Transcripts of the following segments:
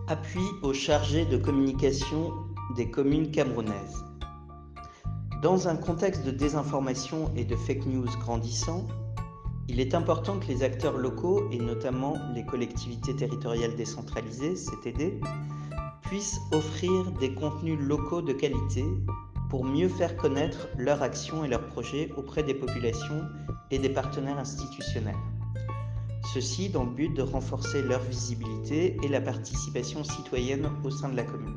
Appui aux chargés de communication des communes camerounaises. Dans un contexte de désinformation et de fake news grandissant, il est important que les acteurs locaux, et notamment les collectivités territoriales décentralisées, CTD, puissent offrir des contenus locaux de qualité pour mieux faire connaître leurs actions et leurs projets auprès des populations et des partenaires institutionnels. Ceci dans le but de renforcer leur visibilité et la participation citoyenne au sein de la commune.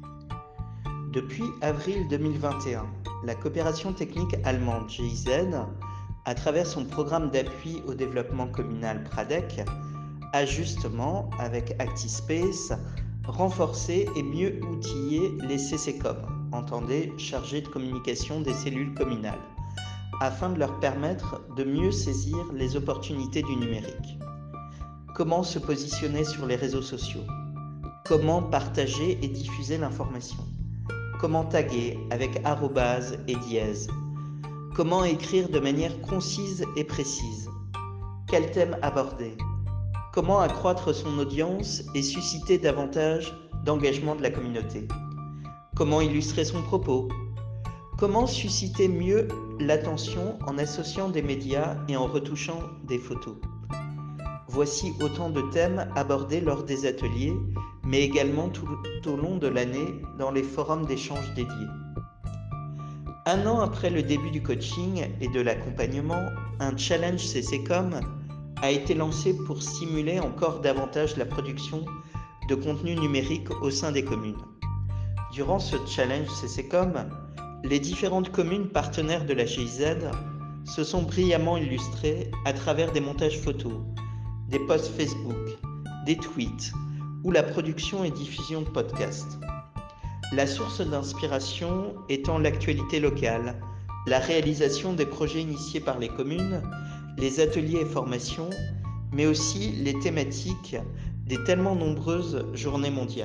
Depuis avril 2021, la coopération technique allemande GIZ, à travers son programme d'appui au développement communal PRADEC, a justement, avec ActiSpace, renforcé et mieux outillé les CCCOM, entendez chargés de communication des cellules communales, afin de leur permettre de mieux saisir les opportunités du numérique. Comment se positionner sur les réseaux sociaux? Comment partager et diffuser l'information? Comment taguer avec arrobase et dièse? Comment écrire de manière concise et précise? Quel thème aborder? Comment accroître son audience et susciter davantage d'engagement de la communauté? Comment illustrer son propos? Comment susciter mieux l'attention en associant des médias et en retouchant des photos? Voici autant de thèmes abordés lors des ateliers, mais également tout au long de l'année dans les forums d'échange dédiés. Un an après le début du coaching et de l'accompagnement, un challenge CCCOM a été lancé pour stimuler encore davantage la production de contenu numérique au sein des communes. Durant ce challenge CCCOM, les différentes communes partenaires de la GIZ se sont brillamment illustrées à travers des montages photos, des posts Facebook, des tweets ou la production et diffusion de podcasts. La source d'inspiration étant l'actualité locale, la réalisation des projets initiés par les communes, les ateliers et formations, mais aussi les thématiques des tellement nombreuses journées mondiales.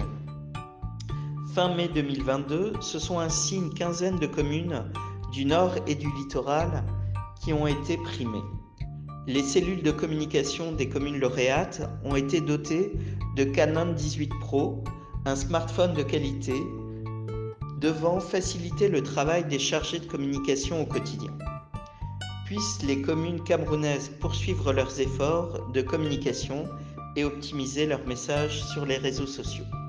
Fin mai 2022, ce sont ainsi une quinzaine de communes du nord et du littoral qui ont été primées. Les cellules de communication des communes lauréates ont été dotées de Canon 18 Pro, un smartphone de qualité, devant faciliter le travail des chargés de communication au quotidien. Puissent les communes camerounaises poursuivre leurs efforts de communication et optimiser leurs messages sur les réseaux sociaux.